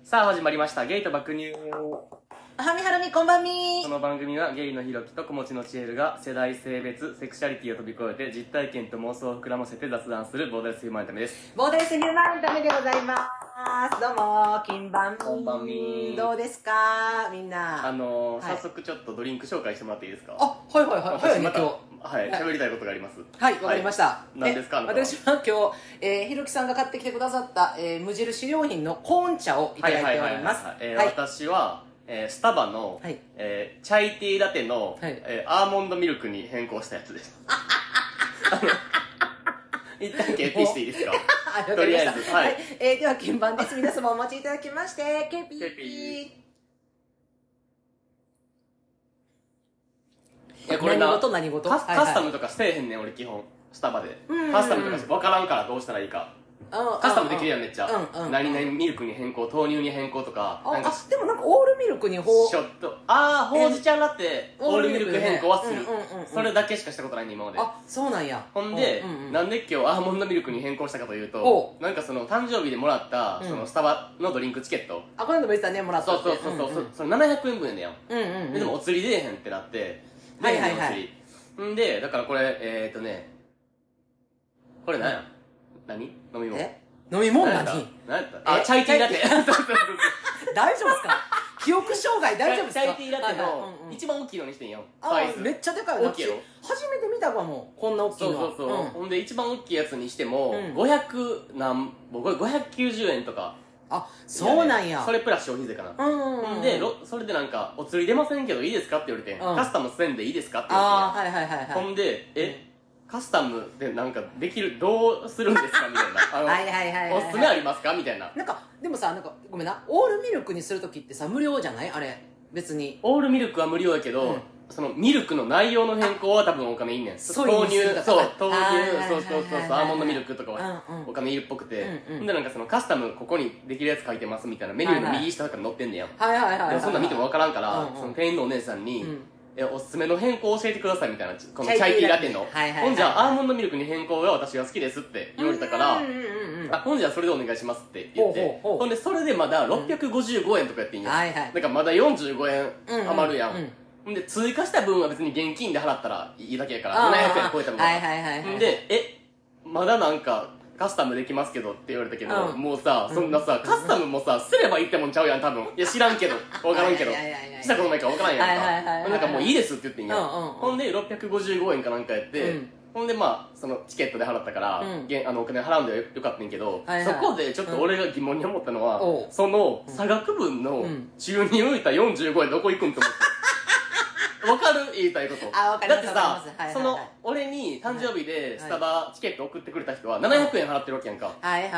さあ始まりましたゲイと爆乳。 はみはるみこんばんみこの番組はゲイのひろきと子持ちのちえるが世代性別セクシャリティを飛び越えて実体験と妄想を膨らませて雑談するボーダレスヒューマンエンタメです。 ボーダレスヒューマンエンタメでございますどうもこんばんみこんばんみどうですかみんな早速ちょっとドリンク紹介してもらっていいですか？ はいはいはい早いねまた今日はい喋りたいことがあります。 はいわかりました、 何ですか？ 私は今日、ひろきさんが買ってきてくださった、無印良品のコーン茶をいただいております。 私はスタバの、 はいチャイティーラテの、 はいアーモンドミルクに変更したやつです一旦決定していいですか？とりあえず、はいでは鍵盤です。皆様お待ちいただきましてケピーケピー。いやこれな何事何事カスタムとかせえへんねん俺基本スタバでカスタムとか分からんからどうしたらいいか。カスタムできるやんめっちゃ何々ミルクに変更豆乳に変更とかなんかでもなんかオールミルクにちょっとほうじ茶ラテオールミルク変更はする。それだけしかしたことないね今まで。 そうなんや。 ほんでなんで今日アーモンドミルクに変更したかというとなんかその誕生日でもらったそのスタバのドリンクチケットこれの別にねもらったそうそれ700円分やねんでもお釣り出えへんってなって出えへんお釣りんでだからこれこれ何や何飲み物飲み物何チャイティーラテ大丈夫ですか記憶障害大丈夫ですか？ チャイティーラテの一番大きいのにしてんやんめっちゃでかい大きいやろ。 初めて見たかもこんな大きいの。 そうほんで一番大きいやつにしても500何ぼこれ590円とかそうなんや。 それプラス消費税かな。ほんでそれでなんかお釣り出ませんけどいいですかって言われてカスタムせんでいいですかって言われてほんでカスタムでなんかできるどうするんですかみたいなおすすめありますかみたいな。 なんかでもさなんかごめんなオールミルクにするときってさ無料じゃないあれ別に。 オールミルクは無料やけどそのミルクの内容の変更は多分お金いんねん。豆乳そうアーモンドミルクとかはお金いるっぽくてほんでなんかそのカスタムここにできるやつ書いてますみたいなメニューの右下とかに載ってんねやん。でもそんなん見ても分からんからその店員のお姉さんにおすすめの変更教えてくださいみたいなこのチャイティーラテのほんじゃアーモンドミルクに変更が私が好きですって言われたからほんじゃそれでお願いしますって言ってほんでそれでまだ655円とかやってんやだからまだ45円余るやん。ほんで追加した分は別に現金で払ったらいいだけやから700円超えた分はでまだなんかカスタムできますけどって言われたけどもうさそんなさカスタムもさすればいいってもんちゃうやん多分。いや知らんけど分からんけどしたことないから分からんやんか。なんかもういいですって言ってんやほんで655円かなんかやってほんでまあそのチケットで払ったからお金払うんでよかったんやけどそこでちょっと俺が疑問に思ったのはその差額分の収入浮いた45円どこ行くんと思って。わかる言いたいこと。だってさその俺に誕生日でスタバチケット送ってくれた人は700円払ってるわけやんか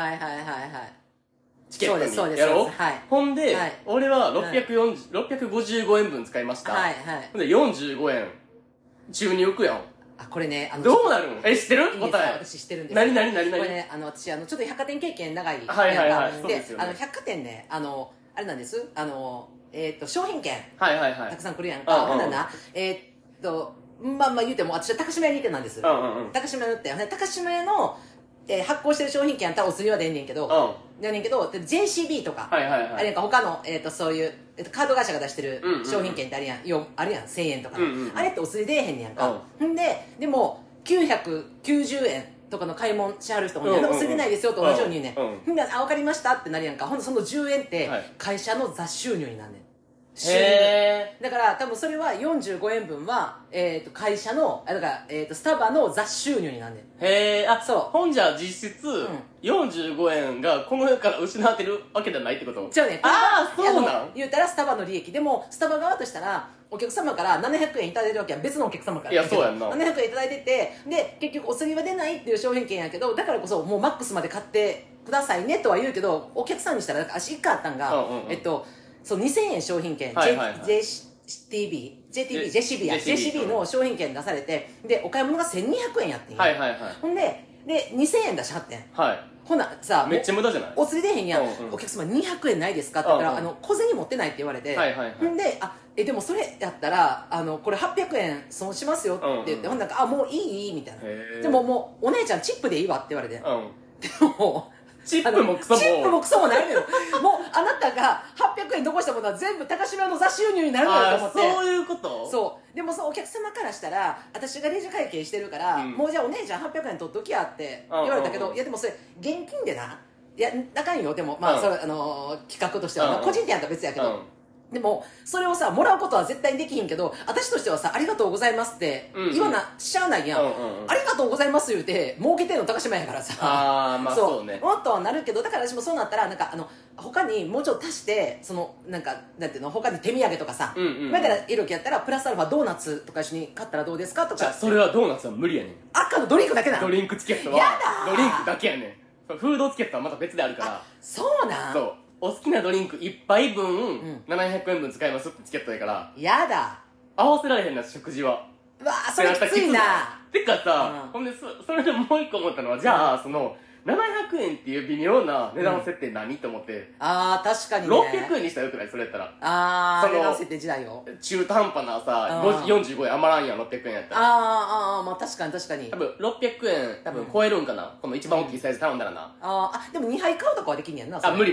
チケットにやろほんで俺は655円分使いましたほんで45円収入浮くやん。 これねどうなるん知ってる答え。 私知ってるんです。 何これね私ちょっと百貨店経験長いで百貨店ねあれなんです商品券たくさん来るやんか。ほんならなまあ言うても私は高島屋にいてなんです。高島屋って高島屋の発行してる商品券やったらお釣りは出んねんけど JCB とかあれやんか他のそういうカード会社が出してる商品券ってあるやん1000円とかあれってお釣り出えへんねやんか。でも990円とかの買い物しはる人もお釣り出ないですよと同じように言うねん。で分かりましたってなるやんか。ほんでその10円って会社の雑収入になんねん。だから多分それは45円分は会社のだからスタバの雑収入になんねん。そうほんじゃ実質45円がこの世から失われてるわけじゃないってこと？ じゃあねそうなん言うたらスタバの利益でもスタバ側としたらお客様から700円いただいてるわけやん。別のお客様からいやそうやんな 700円いただいててで結局お釣りは出ないっていう商品券やけどだからこそもうマックスまで買ってくださいねとは言うけどお客さんにしたら足1回あったんがそう2000円商品券 JCB の商品券出されてでお買い物が1200円やってんほんで2000円出しはってんほなさめっちゃ無駄じゃない？ お釣り出へんやんお客様200円ないですかって言ったら小銭持ってないって言われてほんででもそれやったらこれ800円損しますよって言ってほんなんかもういいみたいなでももうお姉ちゃんチップでいいわって言われてでもチップもクソもないのよもうあなたが800円残したものは全部高島屋の雑収入になるのよと思って。 そういうこと？ そうでもそのお客様からしたら私がレジ会計してるから、もうじゃあお姉ちゃん800円取っときやって言われたけど、いやでもそれ現金でないやあかんよ。でもまあそれ企画としては、個人店やったら別やけど、でもそれをさもらうことは絶対にできひんけど、私としてはさありがとうございますって言わなしゃあないやん。ありがとうございます言うて儲けてんの高島やからさ。 まあそうね、 もっとはなるけど、だから私もそうなったらなんか他にもうちょっと足して、そのなんかなんていうの、他に手土産とかさ、今からいる気やったらプラスアルファドーナツとか一緒に買ったらどうですかとか。 じゃあそれはドーナツは無理やねん。 赤のドリンクだけなドリンクチケットはドリンクだけやねん。フードチケットはまた別であるから。 そうなん。 そう、お好きなドリンク1杯分、700円分使いますってチケットやから。 やだ、 合わせられへんな、食事は。 うわそれきついな。 てかさ、ほんでそれでもう一個思ったのは、じゃあその700円っていう微妙な値段設定何と思って。 確かにね。 600円にしたらよくない？それやったら。 値段設定時代よ。 中途半端なさ、45円余らんやん、600円やったら。 まあ確かに確かに。 多分600円多分超えるんかな、この一番大きいサイズ頼んだらな。 でも2杯買うとかはできんやんな。 無理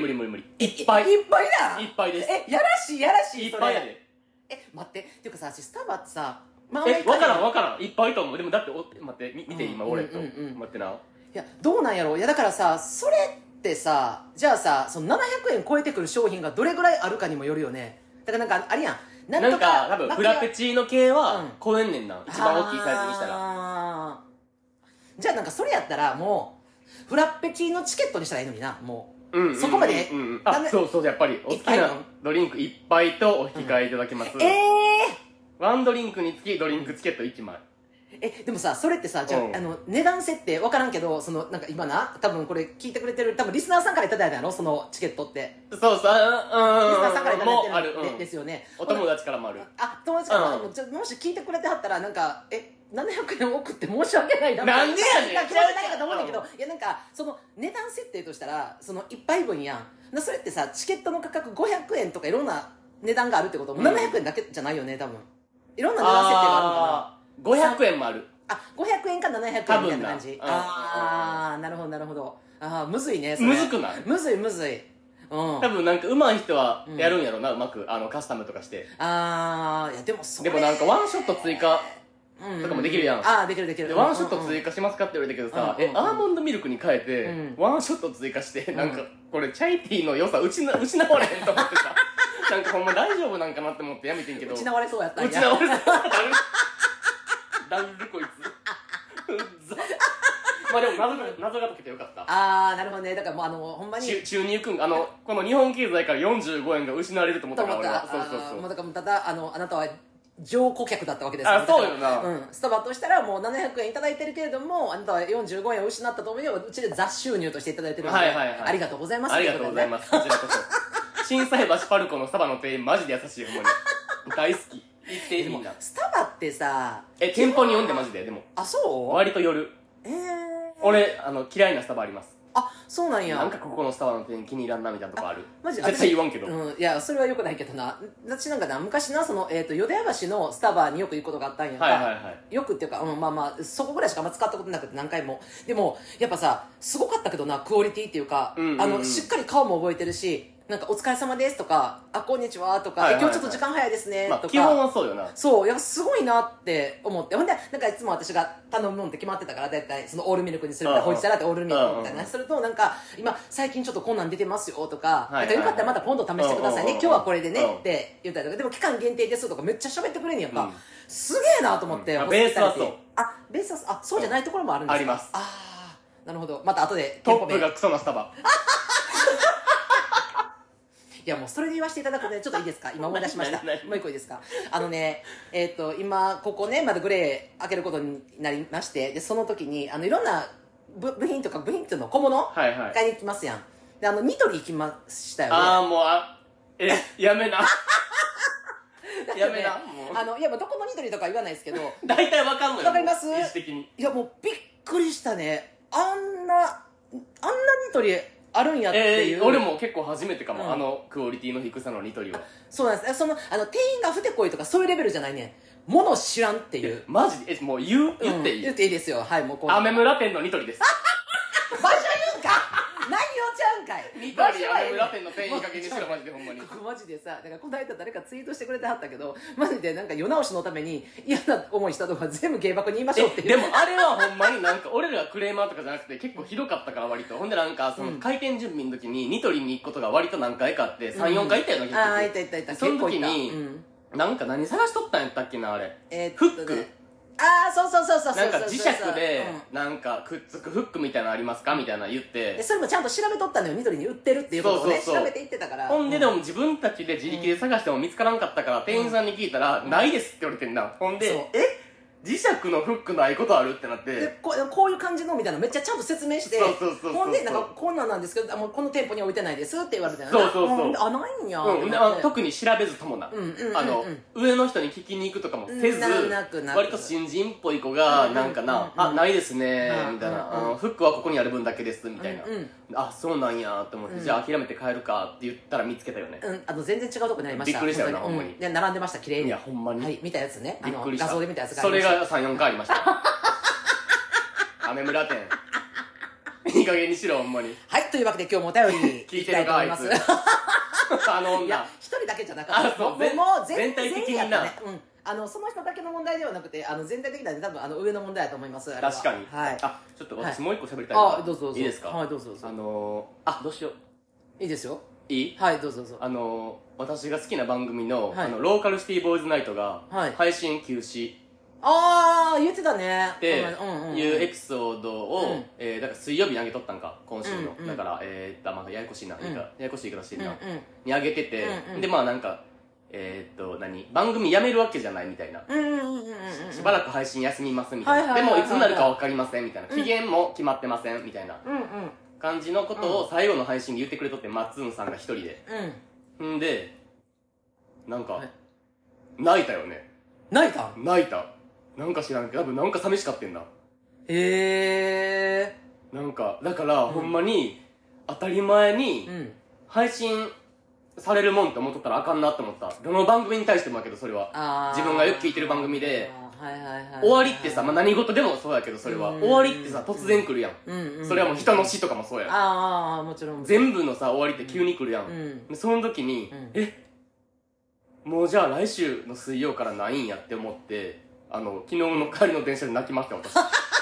1杯。 1杯だ。 1杯です。 やらしいやらしい。 1杯やで。 待って、っていうかさ、スタバってさ、 わからん、いっぱいと思う。でもだって、待って、見て今、俺と。待ってな。 いや、どうなんやろう。いや、だからさ、それってさ、じゃあさ、その700円超えてくる商品がどれぐらいあるかにもよるよね。だからなんか、あれやん。 なんか、多分、フラペチーノ系は超えんねんな。一番大きいサイズにしたら。 じゃあなんか、それやったら、もう、フラペチーノチケットにしたらいいのにな、もう。そこまで。 そう、やっぱり、お好きなドリンク1杯とお引き換えいただけます。ワンドリンクにつきドリンクチケット1枚。 でもさ、それってさ、じゃあ、値段設定分からんけど、その、なんか今な、多分これ聞いてくれてる、多分リスナーさんからいただいたやろ、そのチケットって。 そうそう、リスナーさんからいただいてるんですよね。 お友達からもある。 友達からも、もし聞いてくれてはったら、なんか、700円送って申し訳ないな。 なんでやねん。 気持ちないかと思うんだけど、いやなんか、その値段設定としたら、その1杯分やん。それってさ、チケットの価格500円とかいろんな値段があるってことも、700円だけじゃないよね、多分。いろんな値段設定があるのかな。 500円もある。 500円か700円みたいな感じ。なるほどなるほど。むずいね、それ。 むずくない？ むずい。 多分なんか上手い人はやるんやろな、うまくカスタムとかして。 いやでもそれでもなんかワンショット追加とかもできるやん。 できる。 ワンショット追加しますかって言われたけどさ、アーモンドミルクに変えてワンショット追加して、なんかこれチャイティーの良さ失われへんと思ってさ、なんかほんま大丈夫なんかなって思ってやめてんけど、 失われそうやったんや。 失われそう。だるこいつ。まあでも謎が解けてよかった。 なるほどね。だからもうほんまに中に行くん、この日本経済から45円が失われると思ったから俺は。そう。 だからただあなたは上顧客だったわけですよ。そうよな。 スタバとしたらもう700円いただいてるけれども、あなたは45円を失ったと思うよ。うちで雑収入としていただいてるので、ありがとうございます。 ありがとうございます。こちらこそ。心斎橋パルコのスタバの店員マジで優しい、ほんまに。大好き。でもスタバってさ、 店舗に読んでマジで。でもそう割と夜。俺嫌いなスタバあります。 そうなんや。 なんかここのスタバの店員気に入らんなみたいなとこある？ マジ絶対言わんけど。 いやそれはよくないけどな。私なんかな、昔な、その淀屋橋のスタバによく行くことがあったんやんか。よくっていうか、まあそこぐらいしかあんま使ったことなくて何回も。でもやっぱさ、すごかったけどな、クオリティっていうか、しっかり顔も覚えてるし、なんかお疲れ様ですとか、こんにちはとか、今日ちょっと時間早いですねとか。 基本はそうよな。 そう、やっぱすごいなって思って。ほんで、なんかいつも私が頼むもんって決まってたから、だいたいそのオールミルクにするみたいな、ほいちゃらってオールミルクみたいな。すると、なんか、今、最近ちょっとこんなん出てますよとか、なんかよかったらまた今度試してくださいね。今日はこれでねって言ったりとか、でも期間限定ですとかめっちゃ喋ってくれんねやんか。すげえなと思って。 ベースはそう。 ベースは、そうじゃないところもあるんですか？ あります。 なるほど。また後で。 トップがクソなスタバ。 いやもうそれで言わせていただくのでちょっといいですか？今思い出しました。もう一個いいですか？今ここねまだグレー開けることになりまして、でその時にいろんな部品っていうの小物買いに行きますやん。でニトリ行きましたよね。 もうやめな。やめな。 いやどこのニトリとか言わないですけど。 大体わかんのよ。 わかります？ 位置的に。 いやもうびっくりしたね。あんなニトリあるんやっていう。 俺も結構初めてかも、クオリティの低さのニトリは。 そうなんです。店員がふてこいとかそういうレベルじゃないね。もの知らんっていう。 マジでもう言っていい？ 言っていいですよ。はい、もうアメ村店のニトリです。 場所言うんか内容ちゃうんかい。 ニトリアメ村店の店員かけにしろ、マジでほんまに。 マジでさ、だからこの間誰かツイートしてくれてはったけど、マジでなんか世直しのために嫌な思いしたとか全部芸箱に言いましょうっていう。 でもあれはほんまになんか俺らがクレーマーとかじゃなくて結構ひどかったから割と。ほんでなんかその開店準備の時にニトリに行くことが割と何回かあって、3、4回行ったよな、結局。 ああ、いた。 その時に、なんか何探しとったんやったっけな、あれ。フック。 ああ、そう。 なんか磁石で、なんかくっつくフックみたいなのありますかみたいな言って。 それもちゃんと調べとったのよ、ニトリに売ってるっていうことをね、調べていってたから。 ほんででも自分たちで自力で探しても見つからんかったから、店員さんに聞いたら、ないですって言われてんな。ほんで、磁石のフックないことあるってなって。 で、こういう感じのみたいなめっちゃちゃんと説明して、ほんで、なんかこんなんですけど、この店舗には置いてないですって言われたよね。 そう。 あ、ないんや。 特に調べずともな。上の人に聞きに行くとかもせず、割と新人っぽい子が、なんかな、あ、ないですね、みたいな。フックはここにある分だけです、みたいな。あ、そうなんや、と思って、じゃあ諦めて帰るかって言ったら見つけたよね。 全然違うとこにありました。 びっくりしたよな、ほんまに。 並んでました、綺麗に。 いや、ほんまに。 はい、見たやつね。 びっくりした。 画像で見たやつがありました。 それが3、4回ありました。アメ村店。いい加減にしろ、ほんまに。 はい、というわけで今日もお便り聞いてるか、あいつ。 あの女。 いや、一人だけじゃなかった。もう全体的にな。 その人だけの問題ではなくて、全体的な多分上の問題だと思います。 確かに。 はい。 あ、ちょっと私もう一個喋りたいの。 どうぞ。 いいですか？ はい、どうぞ。 どうしよう。 いいですよ。 いい？ はい、どうぞ。 私が好きな番組の、ローカルシティボーイズナイトが、配信休止。 あー、言ってたね。 っていうエピソードを、だから水曜日に上げとったんか、今週の。だから、まあ、ややこしいな。ややこしい言い方してんな。に上げてて、で、まあなんか、番組やめるわけじゃないみたいな。しばらく配信休みますみたいな。でもいつになるかわかりませんみたいな。期限も決まってませんみたいな感じのことを最後の配信で言ってくれとって、マッツンさんが一人で。んで、なんか、泣いたよね。 泣いた。 なんか知らんけど、多分なんか寂しかってんな。なんか、だから、ほんまに、当たり前に、配信されるもんって思っとったらあかんなって思った。どの番組に対してもだけど、それは。自分がよく聞いてる番組で、終わりってさ、まあ、何事でもそうやけど、それは。終わりってさ、突然来るやん。それはもう人の死とかもそうやん。 もちろん。 全部のさ、終わりって急に来るやん。その時に、もうじゃあ来週の水曜からないんやって思って、昨日の帰りの電車で泣きました、私。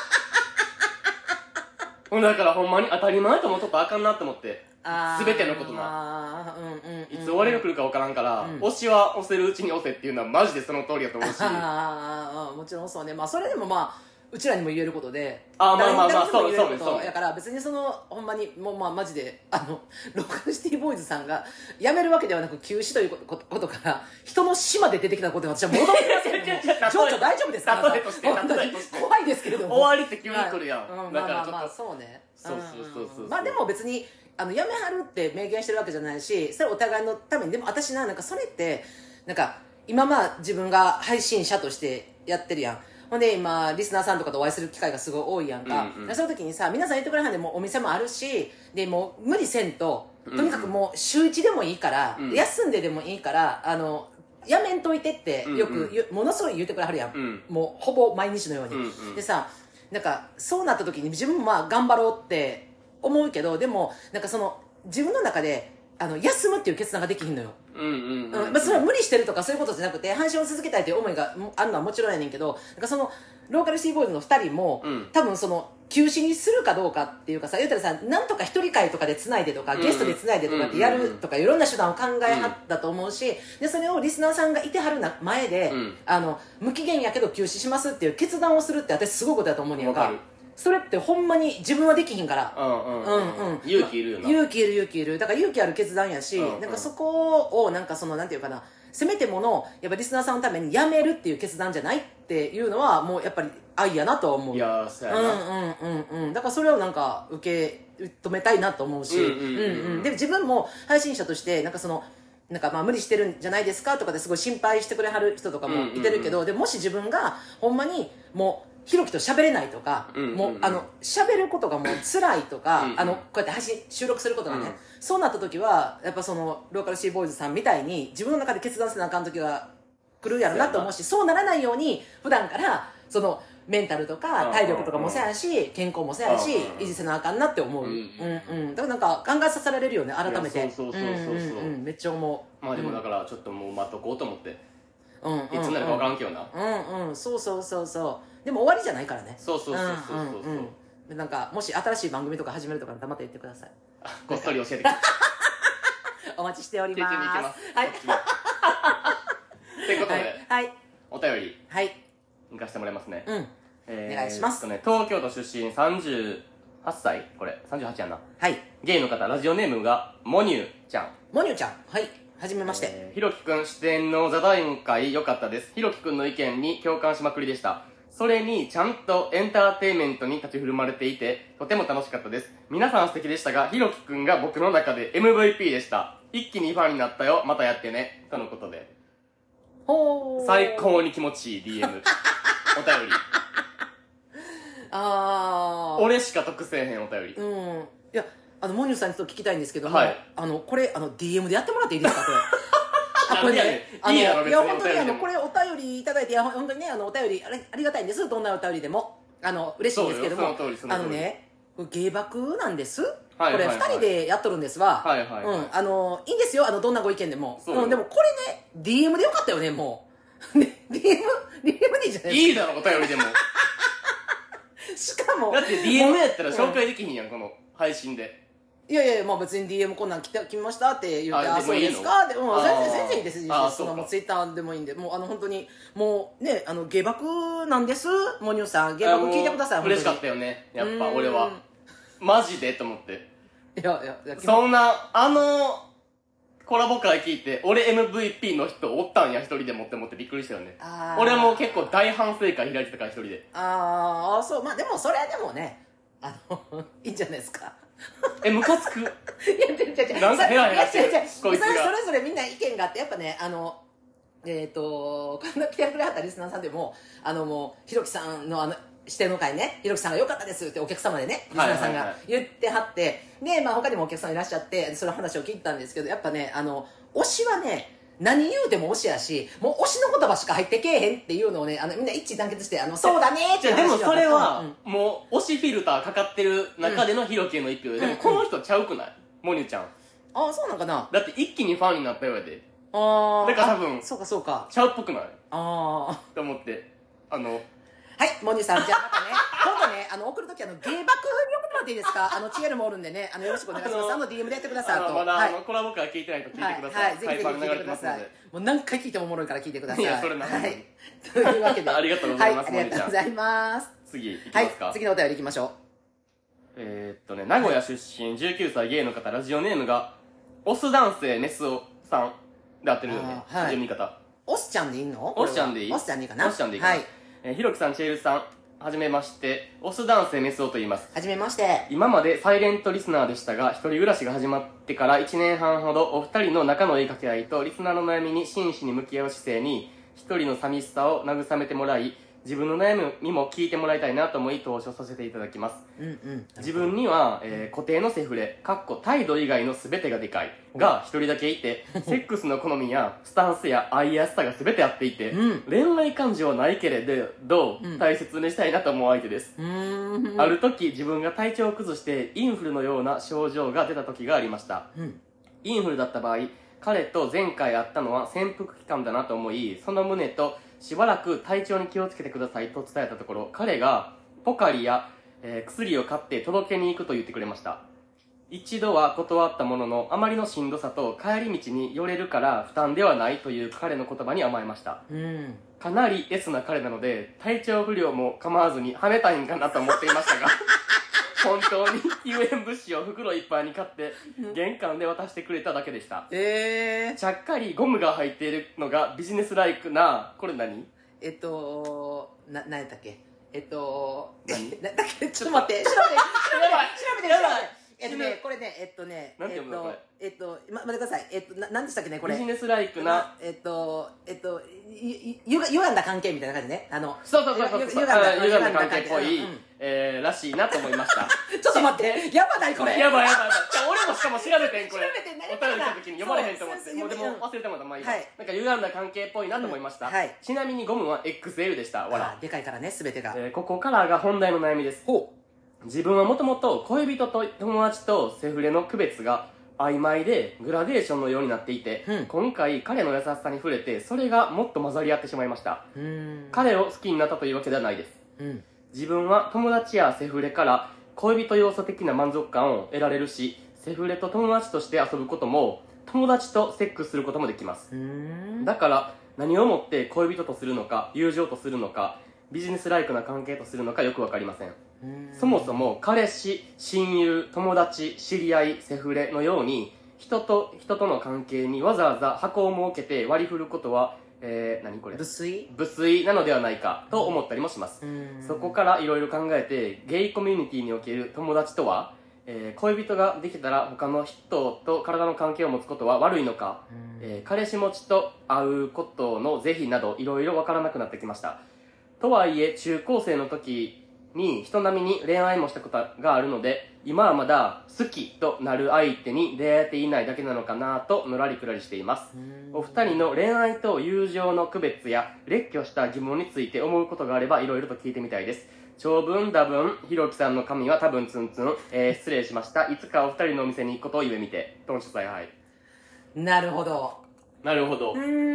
だからほんまに当たり前と思っとったらあかんなって思って。すべてのことな。いつ終わりが来るか分からんから、押しは押せるうちに押せっていうのはマジでその通りやと思うし。 もちろんそうね。まあそれでもまあ、うちらにも言えることで。 そうだから別にほんまに、もうまあマジで、ローカルシティボーイズさんが辞めるわけではなく休止ということから、人の死まで出てきたことに私は戻ってませんね。ちょっと大丈夫ですか？ 例えとして。 怖いですけれども。 終わりって急に来るやん。 だからまあそうね。 そう。 まあでも別に、辞めはるって明言してるわけじゃないし、それお互いのために、でも私なんかそれって、なんか、今まあ自分が配信者としてやってるやん。ほんで今、リスナーさんとかとお会いする機会がすごい多いやんか。その時にさ、皆さん言ってくれはんでもお店もあるし、で、もう無理せんと、とにかくもう週1でもいいから、休んででもいいから、やめんといてってよくものすごい言ってくれはるやん。もうほぼ毎日のように。でさ、なんかそうなった時に自分もまあ頑張ろうって思うけど、でもなんか自分の中で休むっていう決断ができひんのよ。それは無理してるとかそういうことじゃなくて、配信を続けたいという思いがあるのはもちろんやねんけど、なんかローカルシティボーイズの2人も、多分休止にするかどうかっていうかさ、言ったらさ、なんとか一人会とかで繋いでとか、ゲストで繋いでとかってやるとか、いろんな手段を考えはったと思うし、で、それをリスナーさんがいてはる前で、無期限やけど休止しますっていう決断をするって私すごいことだと思うねんか。それってほんまに自分はできひんから。 勇気いるよな。 勇気いる。だから勇気ある決断やし、なんかそこを、なんかなんていうかな、せめてもの、やっぱリスナーさんのためにやめるっていう決断じゃないっていうのは、もうやっぱり愛やなと思う。 いやー、そうやな。 だからそれをなんか受け止めたいなと思うし、で、自分も配信者として、なんかなんかまあ無理してるんじゃないですかとかですごい心配してくれはる人とかもいてるけど、でもし自分がほんまにもう、ひろきと喋れないとか、もう、喋ることがもう辛いとか、こうやって収録することがね、そうなった時は、やっぱローカルシーボーイズさんみたいに、自分の中で決断せなあかん時が来るやろなと思うし、そうならないように、普段から、 メンタルとか体力とかもそうやし、健康もそうやし、維持せなあかんなって思う。だからなんか考えさせられるよね、改めて。 そうめっちゃ思う。 まあでもだからちょっともう待っとこうと思って、いつになるか分からんけどな。 そうでも終わりじゃないからね。 そうなんかもし新しい番組とか始めるとかまた言ってください。 こっそり教えてください。 お待ちしております。 はい。ということで、お便り行かせてもらいますね。 お願いします。 東京都出身38歳、これ38やんな。 はい。 ゲイの方、ラジオネームがモニュちゃん。 モニュちゃん、はい。はじめまして。 ひろきくん出演の座談会良かったです。ひろきくんの意見に共感しまくりでした。それにちゃんとエンターテインメントに立ち振る舞われていて、とても楽しかったです。皆さん素敵でしたが、ひろきくんが僕の中で MVP でした。一気にファンになったよ、またやってね。とのことで。最高に気持ちいい DM。お便り。俺しか得せえへんお便り。 いや、モニュさんにちょっと聞きたいんですけども、これ、DM でやってもらっていいですか、これ。これね、いや、本当にこれお便りいただいて、本当にね、お便りありがたいんです。どんなお便りでも。嬉しいんですけども、芸爆なんです。これ2人でやっとるんですわ。いいんですよ、どんなご意見でも。でもこれね、DM でよかったよね、もう。ね、DM でいいじゃないですか。 いいだろ、お便りでも。 しかも。 だって DM やったら紹介できひんやん、この配信で。 いや、まあ別に DM こんなん来ましたって言って、そうですかでも全然いいです。そのツイッターでもいいんで、もう本当に、もうね、芸爆なんです、モニュさん。芸爆聞いてください、 嬉しかったよね、やっぱ俺は。マジでと思って。 いや、 そんな、コラボ会聞いて、俺 MVP の人おったんや、一人でもって思ってびっくりしたよね。俺も結構大反省会開いてたから、一人で。 そう、まあでもそれはでもね、いいんじゃないですか。 ムカつく。いや、 なんかヘラヘラしてる。 こいつが。 それぞれみんな意見があって、やっぱね、こんな来てくれはったリスナーさんでも、もう、ひろきさんの指定の会ね、ひろきさんが良かったですってお客様でね、リスナーさんが言ってはって、で、まあ他にもお客さんいらっしゃって、その話を聞いたんですけど、やっぱね、推しはね、何言うても推しやし、もう推しの言葉しか入ってけえへんっていうのをね、みんな一致団結して、そうだねってでもそれは、もう推しフィルターかかってる中でのひろきへの一票で、でもこの人ちゃうくない？モニュちゃん。 そうなんかな。 だって一気にファンになったようやで。だから多分、 そうか。 ちゃうっぽくない？と思って。 はい、モニュさん、じゃあまたね、今度ね、送るとき芸爆に送ってもらっていいですか？チエルもおるんでね、よろしくお願いします。DM でやってくださいと。 まだ、コラボ会聞いてないと聞いてください。 ぜひ聞いてください。もう何回聞いてもおもろいから聞いてください。 いや、それなんはい。というわけで。 ありがとうございます、 ありがとうございます。 次、いきますか。 次のお便り行きましょう。名古屋出身、19歳ゲイの方、ラジオネームが、オス男性メスオさんで合ってるよね。読み方。 オスちゃんでいいの？ オスちゃんでいい？ オスちゃんでいいかな？ オスちゃんでいいかな。はい。ひろきさん、チエルさん、はじめまして、オス男性メスオと言います。 はじめまして。 今までサイレントリスナーでしたが、一人暮らしが始まってから1年半ほど、お二人の仲のいい掛け合いと、リスナーの悩みに真摯に向き合う姿勢に、一人の寂しさを慰めてもらい、自分の悩みも聞いてもらいたいなと思い投書させていただきます。自分には、固定のセフレ態度以外の全てがでかいが一人だけいて、セックスの好みやスタンスや愛やすさが全て合っていて、恋愛感情はないけれど、大切にしたいなと思う相手です。ある時自分が体調を崩してインフルのような症状が出た時がありました。インフルだった場合、彼と前回会ったのは潜伏期間だなと思い、その旨としばらく体調に気をつけてくださいと伝えたところ、彼がポカリや、薬を買って届けに行くと言ってくれました。一度は断ったものの、あまりのしんどさと帰り道に寄れるから負担ではないという彼の言葉に甘えました。かなり S な彼なので、体調不良も構わずにはめたいんかなと思っていましたが本当に救援物資を袋いっぱいに買って玄関で渡してくれただけでした。ちゃっかりゴムが入っているのがビジネスライクな、これ何？ 何やったっけ？何？ 何？ だっけ？ちょっと待って、調べて。 これね、 なんて読むのこれ。 待ってください。なんでしたっけね、これ。 ビジネスライクな。 歪んだ関係みたいな感じね。 そう。歪んだ関係っぽい、らしいなと思いました。 ちょっと待って、やばないこれ。 やばい。俺もしかも調べてん、これ。 調べてんね。 お便りした時に読まれへんと思って。もうでも忘れてもらった。まあいいわ。なんか歪んだ関係っぽいなと思いました。ちなみにゴムは XL でした。わら。 でかいからね、すべてが。 ここからが本題の悩みです。自分はもともと恋人と友達とセフレの区別が曖昧でグラデーションのようになっていて、今回彼の優しさに触れてそれがもっと混ざり合ってしまいました。彼を好きになったというわけではないです。自分は友達やセフレから恋人要素的な満足感を得られるし、セフレと友達として遊ぶことも友達とセックスすることもできます。だから何をもって恋人とするのか友情とするのかビジネスライクな関係とするのかよくわかりません。そもそも彼氏、親友、友達、知り合い、セフレのように人との関係にわざわざ箱を設けて割り振ることは、何これ？無粋なのではないかと思ったりもします。そこからいろいろ考えてゲイコミュニティにおける友達とは、恋人ができたら他の人と体の関係を持つことは悪いのか、彼氏持ちと会うことの是非などいろいろわからなくなってきました。とはいえ中高生の時に人並みに恋愛もしたことがあるので今はまだ好きとなる相手に出会えていないだけなのかなとのらりくらりしています。お二人の恋愛と友情の区別や列挙した疑問について思うことがあればいろいろと聞いてみたいです。長文多文ひろきさんの髪は多分ツンツン、失礼しました。いつかお二人のお店に行くことを夢見てトン主催。はい。 なるほどなるほど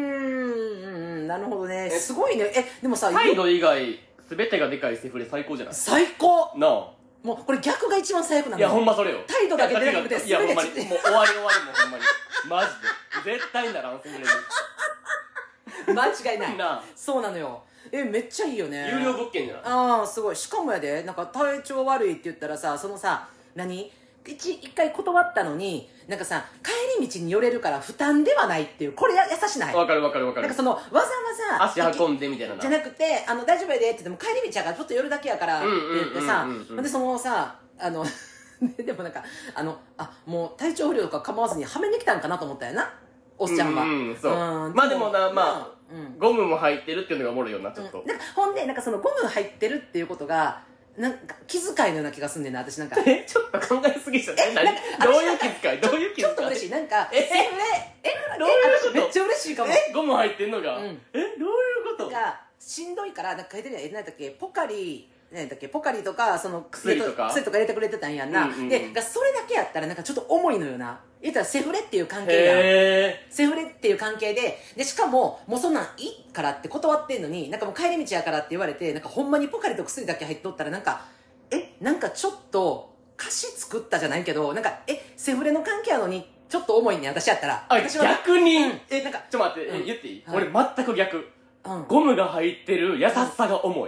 ね。すごいね。でもさ態度以外全てがでかいセフレ最高じゃない？ 最高なあ。 もうこれ逆が一番最悪なんだよ。いやほんまそれよ。 態度だけでなくて全て。 いやほんまにもう終わりもうほんまにマジで絶対ならんセフレに間違いないなあ。 そうなのよ。めっちゃいいよね。 有料物件じゃない？ ああすごい。しかもやでなんか体調悪いって言ったらさ、そのさ一回断ったのになんかさ帰り道に寄れるから負担ではないっていう、これ優しない？ わかるなんかそのわざわざ足運んでみたいなじゃなくて大丈夫やでって言っても帰り道やからちょっと寄るだけやからって言ってさ、でそのさでもなんかもう体調不良とか構わずにはめに来たんかなと思ったよなおっちゃんは。 そうまあでもなゴムも入ってるっていうのがおもろいよなちょっと。 ほんでなんかそのゴム入ってるっていうことがなんか気遣いのような気がすんねんな私なんか。 ちょっと考えすぎじゃない？どういう気遣い？ちょっと嬉しいなんかどういうこと？ めっちゃ嬉しいかも。 ゴム入ってんのがどういうこと？ がしんどいからなんか書いてるやん。何だっけポカリとかその薬とか入れてくれてたんやんな。でそれだけやったらなんかちょっと重いのよな。言ったらセフレっていう関係やん。セフレっていう関係でしかももうそんなんいいからって断ってんのになんかもう帰り道やからって言われてなんかほんまにポカリと薬だけ入っとったらなんかなんかちょっと貸し作ったじゃないけどなんかセフレの関係やのにちょっと重いね私やったら。 逆になんかちょっと待って言っていい？俺全く逆。ゴムが入ってる優しさが重い。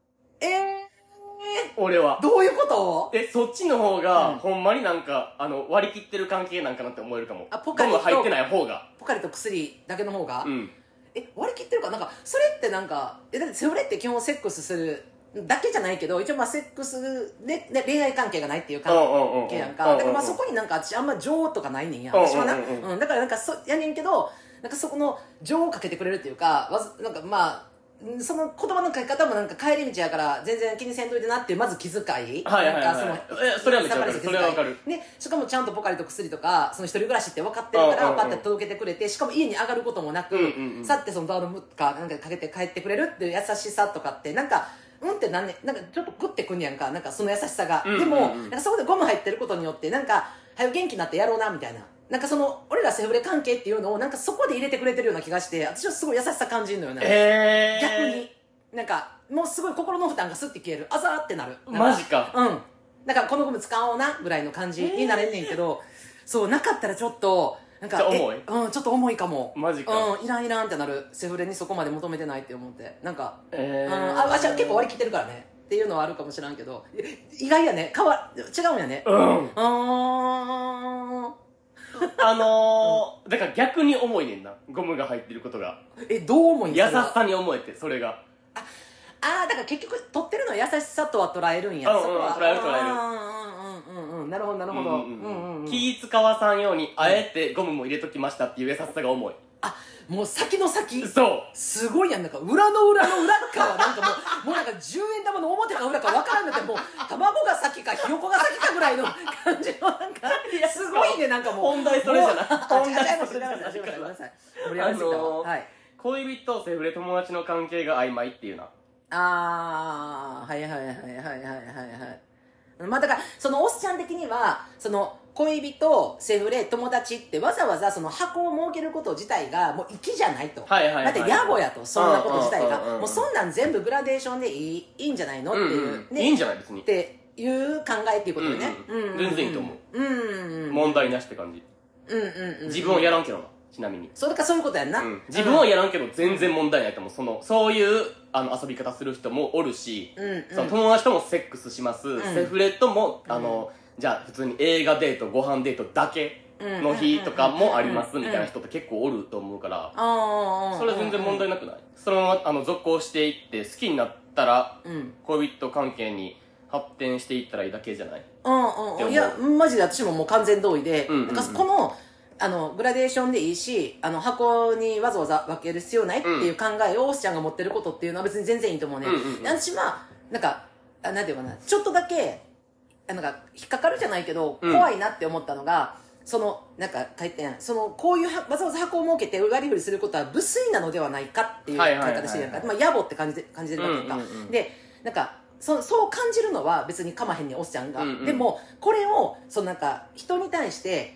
俺はどういうこと？ そっちの方がほんまになんか割り切ってる関係なんかなって思えるかも。ゴム入ってない方が。 ポカリと薬だけの方が割り切ってるかなんかそれってなんかだってセフレって基本セックスするだけじゃないけど一応セックスで恋愛関係がないっていう関係やんか。だからそこになんか私あんま情とかないねんや私はな。だからなんかやねんけどなんかそこの情をかけてくれるっていうかなんかその言葉の書き方もなんか帰り道やから全然気にせんといてなっていうまず気遣い。 それはめっちゃわかる。それはわかる。 しかもちゃんとポカリと薬とかその一人暮らしって分かってるからパッて届けてくれてしかも家に上がることもなくさってそのドアノブかなんかかけて帰ってくれるっていう優しさとかってなんかってなんかちょっとグッてくんやんかなんかその優しさが。でもなんかそこでゴム入ってることによってなんか早く元気になってやろうなみたいな。なんかその俺らセフレ関係っていうのをなんかそこで入れてくれてるような気がして私はすごい優しさ感じるのよね。逆になんかもうすごい心の負担がスッて消えるあざーってなる。 マジか。 だからこのゴム使おうなぐらいの感じになれんねんけどそうなかったらちょっとなんか重い？ ちょっと重いかも。 マジか。 いらんってなる。セフレにそこまで求めてないって思ってなんか私は結構割り切ってるからねっていうのはあるかもしらんけど意外やね違うんやね。 だから逆に重いねんなゴムが入ってることが。 どう重いん優しさに思えてそれがああ、だから結局取ってるのは優しさとは捉えるんや。そこは。 捉える。 なるほど、なるほど。 気使わさんように、あえてゴムも入れときましたっていう優しさが重い。 あ、もう先の先。 そう。 すごいやん。なんか裏の裏の裏かはなんかもうなんか10円玉の表か裏か分からんなって、もう卵が先かひよこが先かぐらいの感じのなんか、すごいね、なんかもう。 本題それじゃない。本題それじゃない。ごめんなさい。盛り上がりすぎたわ。はい。 恋人、セフレ、友達の関係が曖昧っていうな。 あー、はい。まあだから、そのおっちゃん的には、その恋人、セフレ、友達ってわざわざその箱を設けること自体がもう粋じゃないと。だって野暮やと、そんなこと自体が。もうそんなん全部グラデーションでいいんじゃないのっていう。 いいんじゃない別に。 っていう考えっていうことよね。 全然いいと思う。問題なしって感じ。自分はやらんけどな。ちなみに。 それかそういうことやんな。 自分はやらんけど全然問題ないと思う。そういう遊び方する人もおるし、その友達ともセックスします。セフレとも、じゃあ普通に映画デート、ご飯デートだけの日とかもありますみたいな人って結構おると思うから、それは全然問題なくない？そのまま続行していって好きになったら、恋人関係に発展していったらいいだけじゃない？ いや、マジで私ももう完全同意で、なんかこの、グラデーションでいいし、箱にわざわざ分ける必要ないっていう考えをおっちゃんが持ってることっていうのは別に全然いいと思うね。私は、なんか、なんていうかな、ちょっとだけ、なんか、引っかかるじゃないけど、怖いなって思ったのが、なんか書いてん、こういうわざわざ箱を設けて割り振りすることは無粋なのではないかっていう書き方してるやんか。まあ、野暮って感じてるわけか。で、なんか、そう感じるのは別にかまへんねん、おっちゃんが。でも、これを、なんか、人に対して、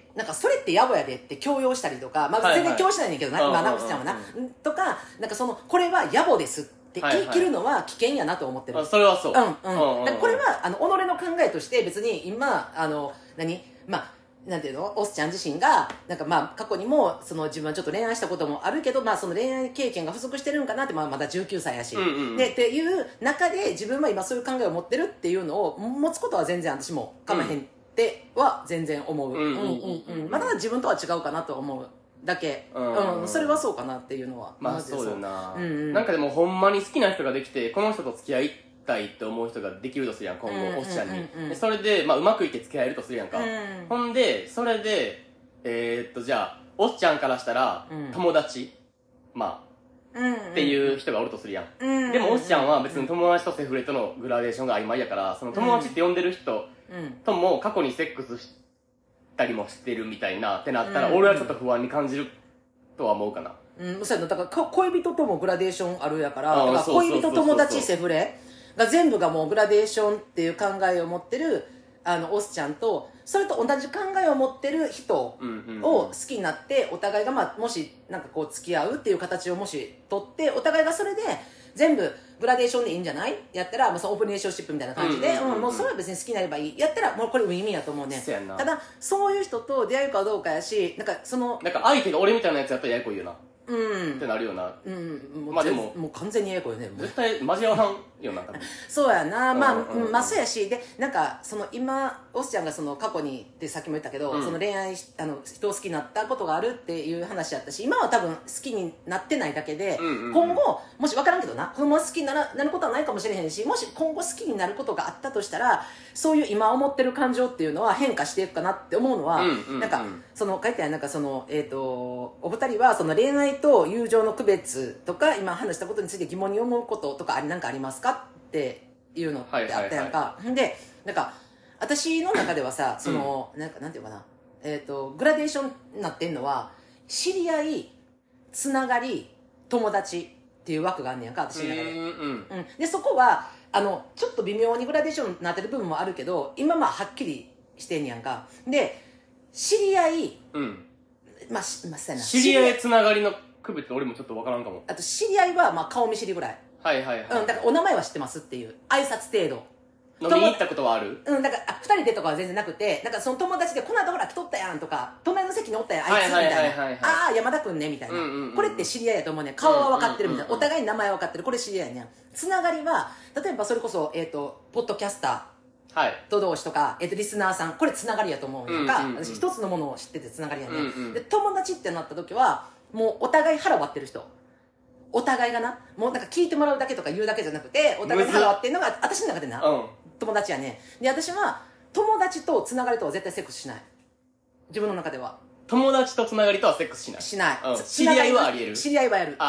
なんか、それって野暮やでって強要したりとか、まあ、全然強要しないねんけどな、今な、おっちゃんはな。とか、なんかこれは野暮ですって言い切るのは危険やなと思ってる。 それはそう。 これは、己の考えとして、別に今、まあ、なんていうの、おっちゃん自身が、なんかまあ、過去にも、自分はちょっと恋愛したこともあるけど、まあ、その恋愛経験が不足してるんかなって、まあ、まだ19歳やし。で、っていう中で、自分は今そういう考えを持ってるっていうのを、持つことは全然私もかまへんっては全然思う。まあ、ただ自分とは違うかなと思うだけ。それはそうかなっていうのは。 まあ、そうよな。なんかでも、ほんまに好きな人ができて、この人と付き合いたいって思う人ができるとするやん、今後、おっちゃんに。それで、まあ、うまくいって付き合えるとするやんか。ほんで、それで、じゃあ、おっちゃんからしたら、友達、まあ、っていう人がおるとするやん。でも、おっちゃんは別に友達とセフレとのグラデーションが曖昧やから、その友達って呼んでる人とも過去にセックスしたりもしてるみたいなってなったら、俺はちょっと不安に感じるとは思うかな。 そうやな。だから、恋人ともグラデーションあるやから、恋人、友達、セフレが全部がもうグラデーションっていう考えを持ってるおっちゃんと、それと同じ考えを持ってる人を好きになって、お互いがまあもしなんかこう付き合うっていう形をもし取って、お互いがそれで全部グラデーションでいいんじゃないやったら、もうそのオープンレーションシップみたいな感じで、もうそれは別に好きになればいいやったら、もうこれウィンウィンやと思うね。ただそういう人と出会うかどうかやし、なんか相手が俺みたいなやつやったらややこいよなってなるよな。 まあでももう完全にややこいよね。 絶対交わらんよな。 そうやな。まあそうやし、でなんか今おっちゃんが過去にってさっきも言ったけど、恋愛人を好きになったことがあるっていう話やったし、今は多分好きになってないだけで、今後もし分からんけどな、このまま好きになることはないかもしれへんし、もし今後好きになることがあったとしたら、そういう今思ってる感情っていうのは変化していくかなって思うのは、なんか書いてある、なんかお二人は恋愛と友情の区別とか、今話したことについて疑問に思うこととかなんかありますかっていうのってあったやんか。で、なんか私の中ではさ、なんていうかな、グラデーションになってんのは、知り合い、つながり、友達っていう枠があんねやんか、私の中で。で、そこはちょっと微妙にグラデーションになってる部分もあるけど、今まあはっきりしてんやんか。で、知り合い、 知り合いつながりの区別俺もちょっとわからんかも。 あと知り合いはまあ顔見知りぐらい。だからお名前は知ってますっていう挨拶程度。 飲みに行ったことはある？ だから2人でとかは全然なくて、なんかその友達でこの間ほら来とったやんとか、隣の席におったやんあいつみたいな、ああ山田くんねみたいな、これって知り合いやと思うねん。顔は分かってるみたいな、お互いに名前は分かってる、これ知り合いやねん。つながりは例えばそれこそポッドキャスターと同士とか、リスナーさん、これつながりやと思うねんか。私一つのものを知っててつながりやねん。で友達ってなった時はもうお互い腹割ってる人お互いがな、もうなんか聞いてもらうだけとか言うだけじゃなくて、お互いに関わってんのが、私の中でな、友達やね。で、私は、友達とつながりとは絶対セックスしない。自分の中では。 友達とつながりとはセックスしない。 しない。 知り合いはあり得る。 知り合いはやる。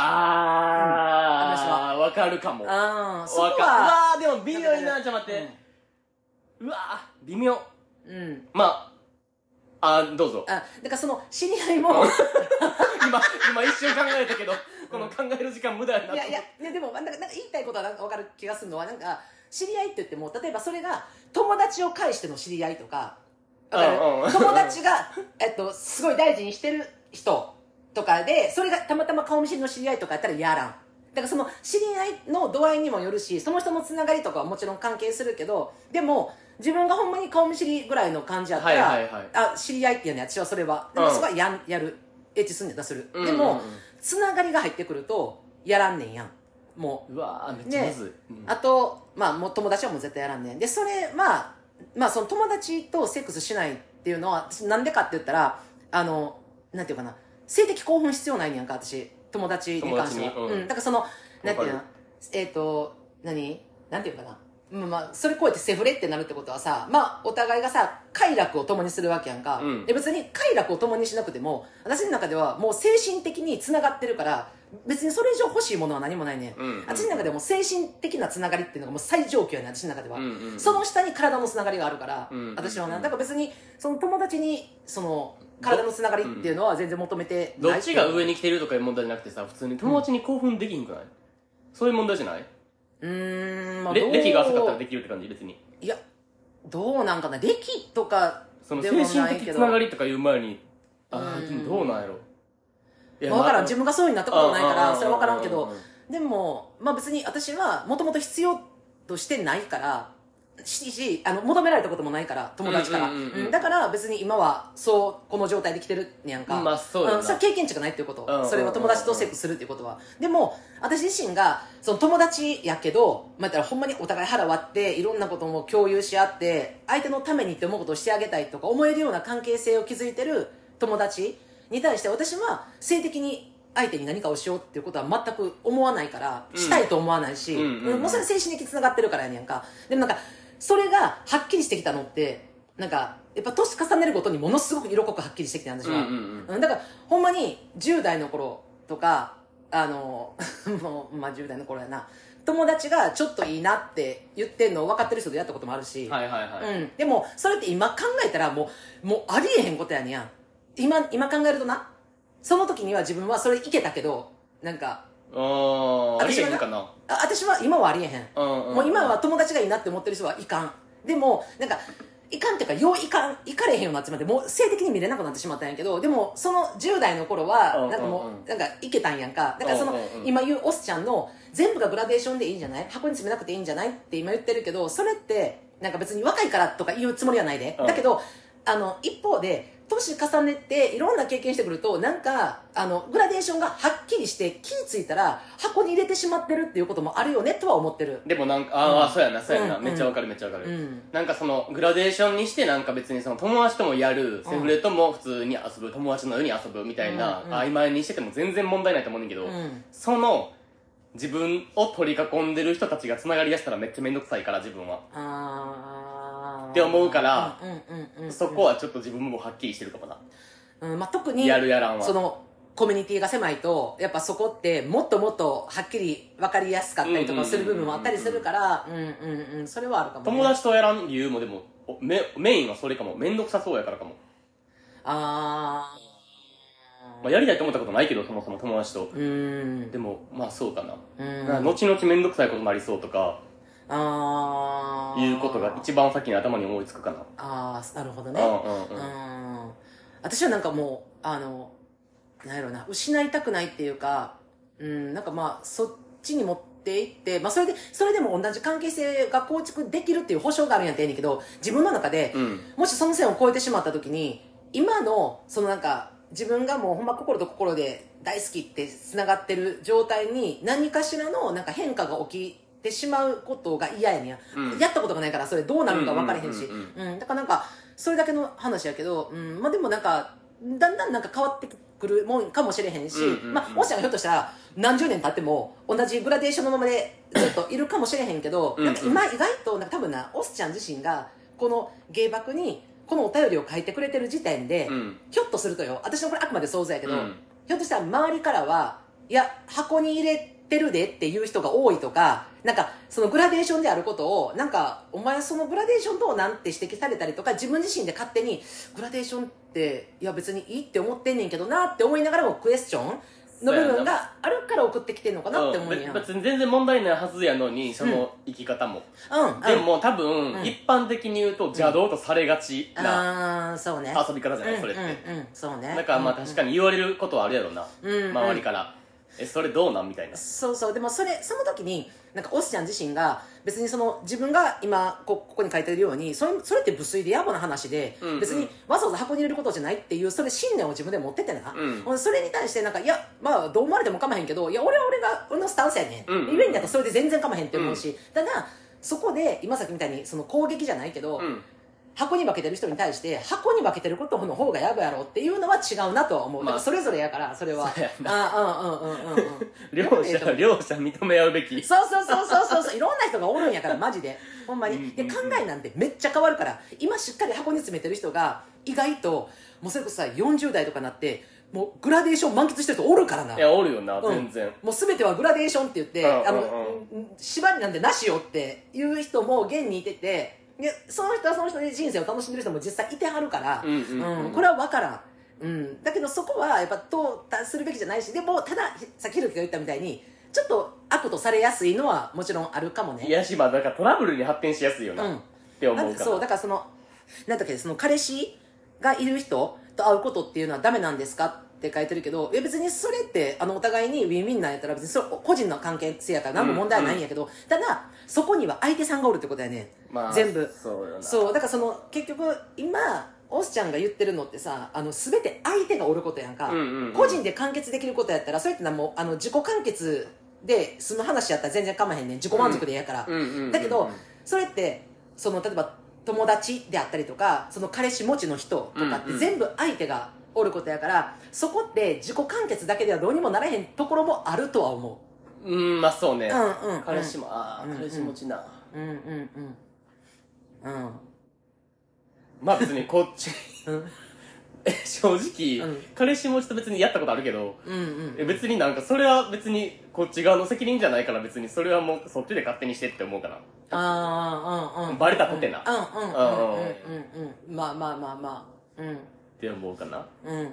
わかるかも。 そこは。 でも微妙にな、ちょっと待って。うわ微妙。まあ、どうぞ。 だからその、知り合いも今一瞬考えたけど、この考える時間無駄やな。 いや、でも、なんか言いたいことは分かる気がするのは、なんか、知り合いって言っても、例えばそれが、友達を介しての知り合いとか、友達が、すごい大事にしてる人とかで、それがたまたま顔見知りの知り合いとかやったらやらん。だからその知り合いの度合いにもよるし、その人のつながりとかはもちろん関係するけど、でも、自分がほんまに顔見知りぐらいの感じやったら、知り合いっていうね、私はそれは。でもそこはやる。エッチすんねんだする。でも、つながりが入ってくると、やらんねんやん。もう。 うわめっちゃむずい。 あと、もう友達はもう絶対やらんねん。で、それは、その友達とセックスしないっていうのは、なんでかって言ったら、なんていうかな、性的興奮必要ないねんか、私。友達に関しては。だからその、なんていうの、なんていうかな。それ超えてセフレってなるってことはさ、お互いがさ、快楽を共にするわけやんか。で別に快楽を共にしなくても、私の中ではもう精神的に繋がってるから、別にそれ以上欲しいものは何もないねん。私の中でも精神的なつながりっていうのがもう最上級やねん、私の中では。その下に体のつながりがあるから、私はな。だから別に、その友達に、その、体のつながりっていうのは全然求めてない。どっちが上に来てるとかいう問題じゃなくてさ、普通に友達に興奮できひんくない？そういう問題じゃない？歴が浅かったらできるって感じ、別に。 いや、どうなんかな、歴とかその精神的つながりとか言う前に、どうなんやろ。 分からん、自分がそうになったことないからそれは分からんけど、でも別に私はもともと必要としてないから求められたこともないから友達から、だから別に今はこの状態で来てるんやんか。 そうやな。 それは経験値がないっていうこと、それは友達とセックスするっていうことは。でも私自身がその友達やけど、言ったらほんまにお互い腹割っていろんなことも共有し合って相手のためにって思うことをしてあげたいとか思えるような関係性を築いてる友達に対して私は性的に相手に何かをしようっていうことは全く思わないから、したいと思わないし、もうそれ精神的につながってるからやねんか。でもなんかそれがはっきりしてきたのってなんかやっぱ年重ねるごとにものすごく色濃くはっきりしてきて、私は。だからほんまに10代の頃とかもう10代の頃やな、友達がちょっといいなって言ってんのを分かってる人とやったこともあるし、でもそれって今考えたらもうありえへんことやねんやん。今考えるとな、その時には自分はそれいけたけど、なんかありえへんかな。 私は今はありえへん。もう今は友達がいいなって思ってる人はいかん。でもなんかいかんっていうかいかれへんようになってしまって、もう性的に見れなくなってしまったんやけど、でもその10代の頃はなんかもうなんかいけたんやんか。だからその今言うオスちゃんの全部がグラデーションでいいんじゃない、箱に詰めなくていいんじゃないって今言ってるけど、それってなんか別に若いからとか言うつもりはないで。だけど一方で年重ねていろんな経験してくると、なんかグラデーションがはっきりして気ぃついたら箱に入れてしまってるっていうこともあるよねとは思ってる。 でもなんかそうやな、めっちゃわかる、めっちゃわかる。なんかそのグラデーションにして、なんか別にその友達ともやる、セフレとも普通に遊ぶ、友達のように遊ぶみたいな曖昧にしてても全然問題ないと思うんだけど、その自分を取り囲んでる人たちがつながりだしたらめっちゃめんどくさいから、自分はって思うから、そこはちょっと自分もはっきりしてるかもな。 特にやるやらんはそのコミュニティが狭いとやっぱそこってもっともっとはっきり分かりやすかったりとかする部分もあったりするから、それはあるかもね。 友達とやらん理由もでもメインはそれかも。めんどくさそうやからかも。やりたいと思ったことないけど、そもそも友達と。でもそうかな。後々めんどくさいことになりそうとかいうことが一番先に頭に思いつくかな。 なるほどね。私はなんかもうなんやろな、失いたくないっていうか、なんかそっちに持っていって、それでも同じ関係性が構築できるっていう保証があるんやってええねんけど、自分の中で、もしその線を越えてしまった時に、今のそのなんか自分がもうほんま心と心で大好きってつながってる状態に何かしらのなんか変化が起きてしまうことが嫌やねんや。やったことがないからそれどうなるか分からへんし、だからなんかそれだけの話やけど、でもなんかだんだんなんか変わってくるもんかもしれへんし、もしひょっとしたら何十年経っても同じグラデーションのままでずっといるかもしれへんけど、なんか今意外と多分なオスちゃん自身がこの芸爆にこのお便りを書いてくれてる時点で、ひょっとするとよ、私のこれあくまで想像やけど、ひょっとしたら周りからはいや箱に入れてるでっていう人が多いとか、なんかそのグラデーションであることをなんかお前そのグラデーションどうなんて指摘されたりとか、自分自身で勝手にグラデーションっていや別にいいって思ってんねんけどなって思いながらもクエスチョンの部分があるから送ってきてんのかなって思うんや。 別に全然問題ないはずやのに、その生き方も、でも多分、一般的に言うと邪道とされがちな遊び方じゃない、それって。 そうね。 だからまあ確かに言われることはあるやろな、周りから。それどうなんみたいな。 そうそう。でもその時になんかオスちゃん自身が別にその自分が今ここに書いてるようにそれって無粋で野暮な話で、別にわざわざ箱に入れることじゃないっていうそれ信念を自分で持っててな、それに対してなんかいやまあどう思われても構わへんけど、いや俺のスタンスやねん、言えんやったらそれで全然構わへんって思うし、ただそこで今さっきみたいにその攻撃じゃないけど、箱に分けてる人に対して箱に分けてることの方がやぶやろっていうのは違うなとは思う。だからそれぞれやからそれは。 両者認め合うべき。 そういろんな人がおるんやからマジでほんまに。で考えなんてめっちゃ変わるから、今しっかり箱に詰めてる人が意外ともうそれこそさ40代とかなってもうグラデーション満喫してる人おるからな。 いやおるよな、全然。 もう全てはグラデーションって言って縛りなんてなしよっていう人も現にいてて、でその人はその人で人生を楽しんでる人も実際いてはるから、これは分からん、だけどそこはやっぱ到達するべきじゃないし、でもたださっきひろきが言ったみたいにちょっと悪とされやすいのはもちろんあるかもね。 いやしまあだからトラブルに発展しやすいよな、って思うから。 そうだからそのなんだっけ、その彼氏がいる人と会うことっていうのはダメなんですかって書いてるけど、別にそれってお互いにウィンウィンなんやったら別にそれ個人の関係性やから何も問題はないんやけど、ただそこには相手さんがおるってことやね、全部。そうだからその結局今オスちゃんが言ってるのってさ、全て相手がおることやんか、個人で完結できることやったらそれってもう自己完結でその話やったら全然構わへんねん、自己満足でやから、だけどそれってその例えば友達であったりとかその彼氏持ちの人とかって全部相手がおることやから、そこって自己完結だけではどうにもならへんところもあるとは思う。 まあそうね、彼氏も彼氏持ちな、まあ別にこっち正直、彼氏持ちと別にやったことあるけど、別になんかそれは別にこっち側の責任じゃないから、別にそれはもうそっちで勝手にしてって思うかな。バレたとてな。まあって思うかな。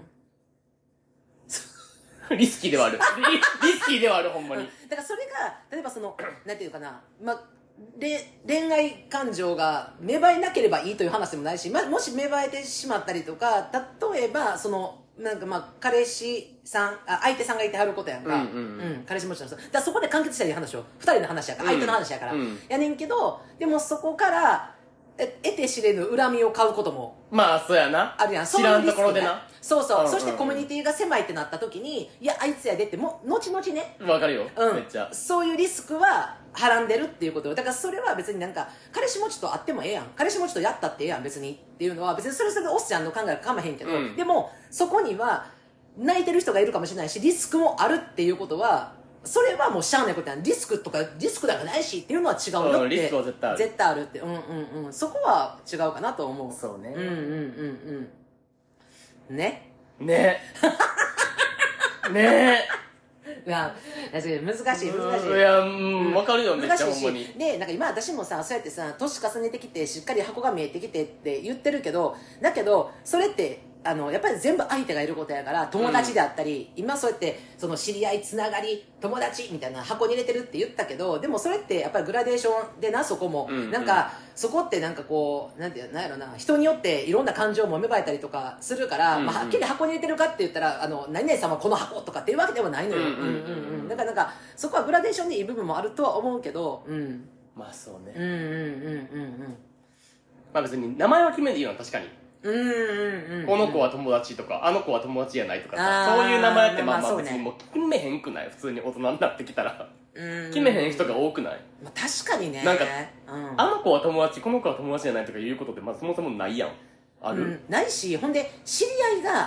リスキーではある。リスキーではある、ほんまに。 だからそれが例えばそのなんていうかな、恋愛感情が芽生えなければいいという話でもないし、もし芽生えてしまったりとか、例えばそのなんか彼氏さん相手さんがいてはることやんか、彼氏持ちの人だからそこで完結したらいい話を2人の話やから、相手の話やから、やねんけど、でもそこから得て知れぬ恨みを買うこともまあそうやな、 あるやん。 知らんところでな。 そう、そしてコミュニティが狭いってなった時に、いやあいつやでって後々ね、 わかるよ、めっちゃそういうリスクははらんでるっていうことよ。だからそれは別になんか彼氏持ちと会ってもええやん、彼氏持ちとやったってええやん別にっていうのは、別にそれでオスちゃんの考えがかまへんけど、でもそこには泣いてる人がいるかもしれないし、リスクもあるっていうことは、それはもうしゃあないことやん。リスクなんかないしっていうのは違うよって、 リスクは絶対ある、 絶対あるって、そこは違うかなと思う。 そうね、 ねいや難しい。 いや分かるよ、めっちゃほんまに。 でなんか今私もさ、そうやってさ年重ねてきてしっかり箱が見えてきてって言ってるけど、だけどそれってやっぱり全部相手がいることやから、友達であったり、今そうやってその知り合いつながり友達みたいな箱に入れてるって言ったけど、でもそれってやっぱりグラデーションでな、そこも、なんかそこってなんかこうなんやろな、人によっていろんな感情も芽生えたりとかするから、はっきり箱に入れてるかって言ったら何々さんはこの箱とかっていうわけではないのよ。だからなんかそこはグラデーションでいい部分もあるとは思うけど、 まあそうね、まあ別に名前は決めていいのは確かに、この子は友達とかあの子は友達じゃないとかさ、そういう名前ってまあ別にもう決めへんくない？普通に大人になってきたら決めへん人が多くない？ 確かにね。 なんかあの子は友達この子は友達じゃないとかいうことってまあそもそもないやん。ある？ ないし、ほんで知り合いが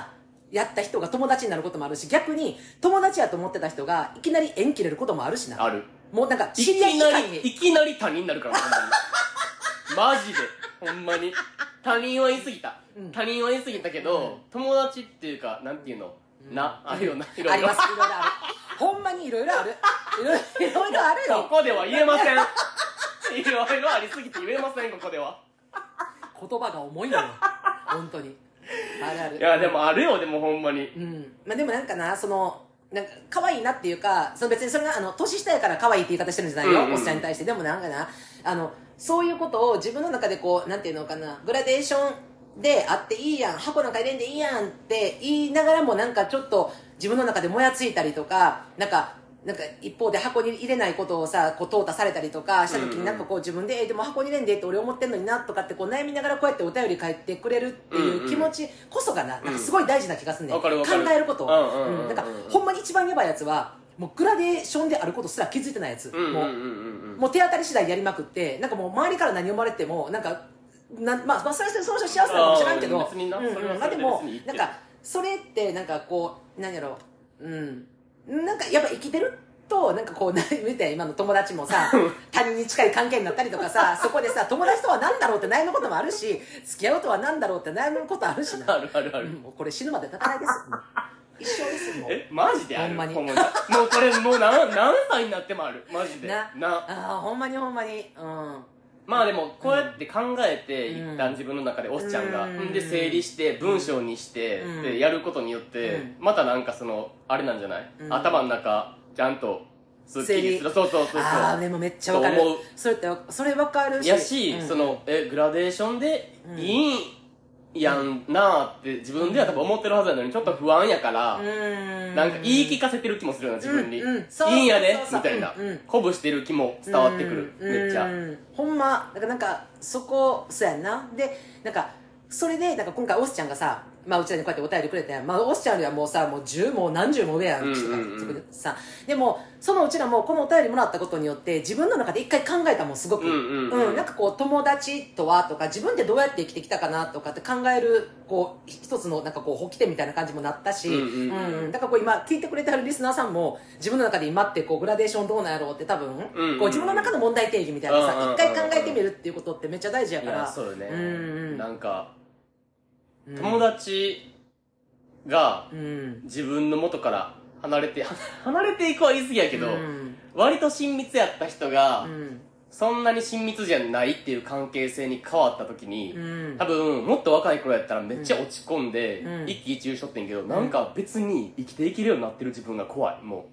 やった人が友達になることもあるし、逆に友達やと思ってた人がいきなり縁切れることもあるしな。 ある。 もうなんか知り合い以下にいきなり他人になるから、ほんまに。マジで。ほんまに。他人は言い過ぎた。他人は言い過ぎたけど、友達っていうか、なんていうの、あるよな、いろいろ。 あります、いろいろある。ほんまにいろいろある。いろいろあるよ。 ここでは言えません。いろいろありすぎて言えません、ここでは。 言葉が重いのよ。本当に。あるある。 いや、でもあるよ、でもほんまに。 まあでもなんかな、なんか可愛いなっていうか、別にそれが年下やから可愛いって言い方してるんじゃないよ、おっさんに対して。でもなんかな、そういうことを自分の中でこう、なんていうのかな、グラデーションであっていいやん、箱なんか入れんでいいやんって言いながらもなんかちょっと自分の中でもやついたりとか、なんか一方で箱に入れないことをさ、こう淘汰されたりとかした時になんかこう自分で、でも箱に入れんでって俺思ってんのになとかってこう悩みながらこうやってお便り返ってくれるっていう気持ちこそがなんかすごい大事な気がすんねん。考えることを。なんかほんまに一番やばいやつは、もうグラデーションであることすら気づいてないやつ。もう手当たり次第やりまくって、なんかもう周りから何思われても、なんか、まあそれはその人幸せなのかもしれんけど、まあでも、なんか、それってなんかこう、何やろう、なんかやっぱ生きてると、なんかこう、見て今の友達もさ、他人に近い関係になったりとかさ、そこでさ、友達とは何だろうって悩むこともあるし、付き合うとは何だろうって悩むことあるしな。 あるあるある。 もうこれ死ぬまで戦いです。一生ですもう。 マジであるほんまに。 もうこれもう何歳になってもある。マジで。 ほんまにほんまに。 まあでもこうやって考えて一旦自分の中でおっちゃんがで整理して文章にしてでやることによってまたなんかあれなんじゃない頭の中ちゃんとスッキリする。そうああでもめっちゃわかる。それわかるしやしグラデーションでいいやんなーって自分では多分思ってるはずなのにちょっと不安やからなんか言い聞かせてる気もするような自分にいいんやでみたいな鼓舞してる気も伝わってくるめっちゃほんまだからなんかそこそうやんな。でなんかそれでなんか今回オスちゃんがさまあうちらにこうやってお便りくれてん。まあオスちゃんよりはもうさもう何十も上やんさ。でもそのうちらもこのお便りもらったことによって自分の中で一回考えたもんすごくなんかこう友達とはとか自分ってどうやって生きてきたかなとかって考えるこう一つのなんかこう発起点みたいな感じもなったしだからこう今聞いてくれてるリスナーさんも自分の中で今ってこうグラデーションどうなんやろうって多分こう自分の中の問題定義みたいなさ一回考えてみるっていうことってめっちゃ大事やから。 そうよね。なんか友達が自分の元から離れていくは言い過ぎやけど割と親密やった人がそんなに親密じゃないっていう関係性に変わった時に多分もっと若い頃やったらめっちゃ落ち込んで一喜一憂しとってんけどなんか別に生きていけるようになってる自分が怖い。もう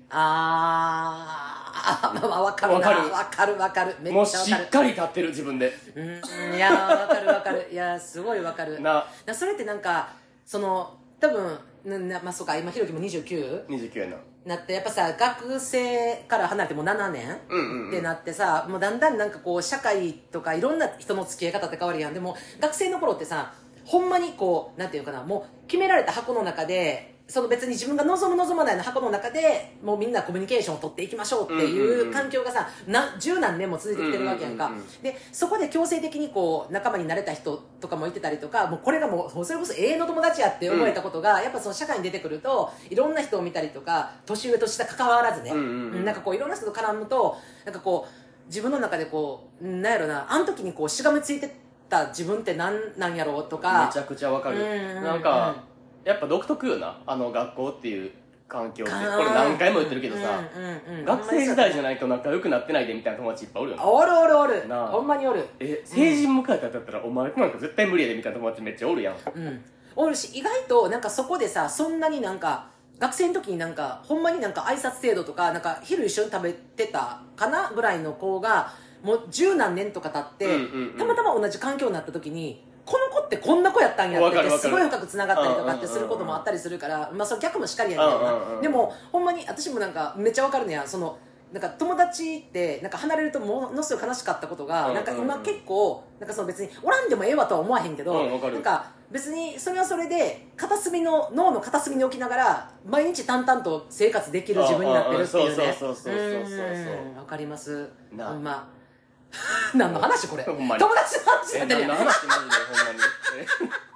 まあわかるな。わかるめっちゃわかる。 もうしっかり立ってる自分でいやわかるいやすごいわかるそれってなんか多分まあそうか今ひろきも 29 やななってやっぱさ学生から離れてもう7年ってなってさもうだんだんなんかこう社会とかいろんな人の付き合い方って変わるやん。でも学生の頃ってさほんまにこうなんていうかなもう決められた箱の中で別に自分が望む望まないの箱の中でもうみんなコミュニケーションを取っていきましょうっていう環境がさ十何年も続いてきてるわけやんか。でそこで強制的にこう仲間になれた人とかもいてたりとかもうこれがもうそれこそ永遠の友達やって思えたことがやっぱ社会に出てくるといろんな人を見たりとか年上年下関わらずねなんかこういろんな人と絡むとなんかこう自分の中でこうなんやろなあの時にこうしがみついてた自分ってなんやろうとかめちゃくちゃわかる。なんかやっぱ独特よな学校っていう環境ってこれ何回も言ってるけどさ学生時代じゃないと仲良くなってないでみたいな友達いっぱいおるよな。 おるほんまにおる。 成人迎えたってやったらお前なんか絶対無理やでみたいな友達めっちゃおるやん。 おるし意外となんかそこでさそんなになんか学生の時になんかほんまになんか挨拶程度とかなんか昼一緒に食べてたかなぐらいの子がもう十何年とか経ってたまたま同じ環境になった時にこの子ってこんな子やったんやってすごい深くつながったりとかってすることもあったりするからまあその逆もしっかりやねんな。でもほんまに私もなんかめっちゃわかるねやなんか友達ってなんか離れるとものすごい悲しかったことがなんか今結構なんか別におらんでもええわとは思わへんけどなんか別にそれはそれで脳の片隅に置きながら毎日淡々と生活できる自分になってるっていうね。わかりますほんま。何の話これ友達の話だって何の話マジでほんまに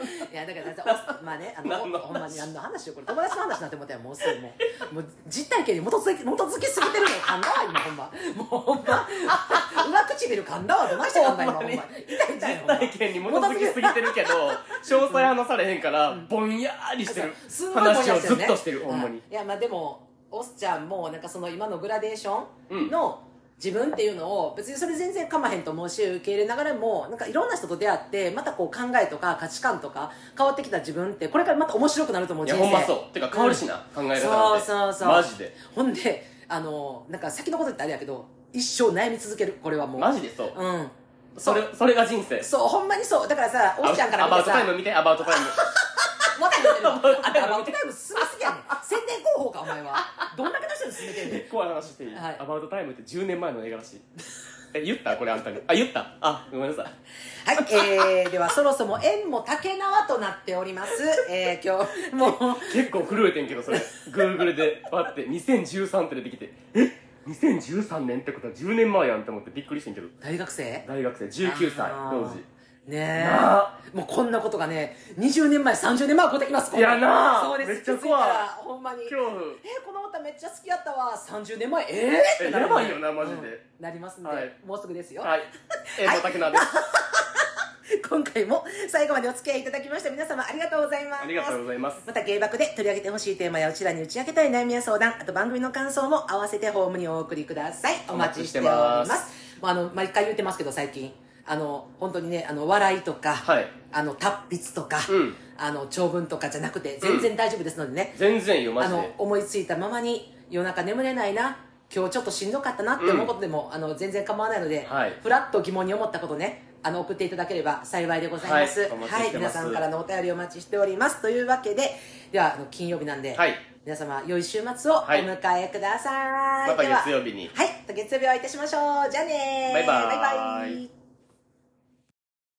いやだからさ、まあね、ほんまに何の話よこれ、友達の話なんて思ったらもうすぐもう実体験に基づきすぎてるの噛んだわ今ほんま、もうほんま上唇噛んだわ、どないして噛んだ今ほんま、痛い痛い、 実体験に基づきすぎてるけど詳細話されへんからぼんやりしてる話をずっとしてる、ほんまに。 いやまあでもおっちゃんもなんかその今のグラデーションの自分っていうのを別にそれ全然かまへんと思うし、受け入れながらもなんかいろんな人と出会ってまたこう考えとか価値観とか変わってきた自分ってこれからまた面白くなると思う。人生。 いやほんまそう。てか変わるしな、考え方なんて。 そうマジで。 ほんでなんか先のことってあれやけど一生悩み続ける、これはもうマジでそう。それが人生。 そうほんまにそう。だからさ、おっちゃんから見てさ、アバウトタイム見て、アバウトタイム。 また言ってるの。あんたアバウトタイム進みすぎやねん。宣伝広報かお前は。どんだけの人に進めてんねん。 怖い話していい？アバウトタイムって10年前の映画らしい。言ったこれあんたに。言った？ごめんなさい。 はい、ではそろそろ縁も竹縄となっております。今日もう結構震えてんけど、それ Google でパッて2013って出てきて、2013年ってことは10年前やんって思ってびっくりしてんけど。 大学生 19歳当時ねえ、もうこんなことがね20年前30年前起こってきます。 いやな、 そうです。 めっちゃ怖い。 ほんまに恐怖。 この歌めっちゃ好きやったわ、30年前ってやばいよなマジで、 なりますんで、もうすぐですよ。 はいもたけなです。 今回も最後までお付き合いいただきました皆様ありがとうございます。 ありがとうございます。 また芸爆で取り上げてほしいテーマやうちらに打ち明けたい悩みや相談、あと番組の感想も合わせてホームにお送りください。お待ちしております。毎回言ってますけど最近本当にね笑いとか、達筆とか、長文とかじゃなくて全然大丈夫ですのでね、 全然よマジで思いついたままに夜中眠れないな、今日ちょっとしんどかったなって思うことでも、全然構わないので、ふらっと疑問に思ったことね送っていただければ幸いでございます。はい、皆さんからのお便りお待ちしております。というわけで、では金曜日なんで、皆様良い週末をお迎えください。 また月曜日に。 はい、月曜日お会いいたしましょう。じゃあねー。 バイバイ。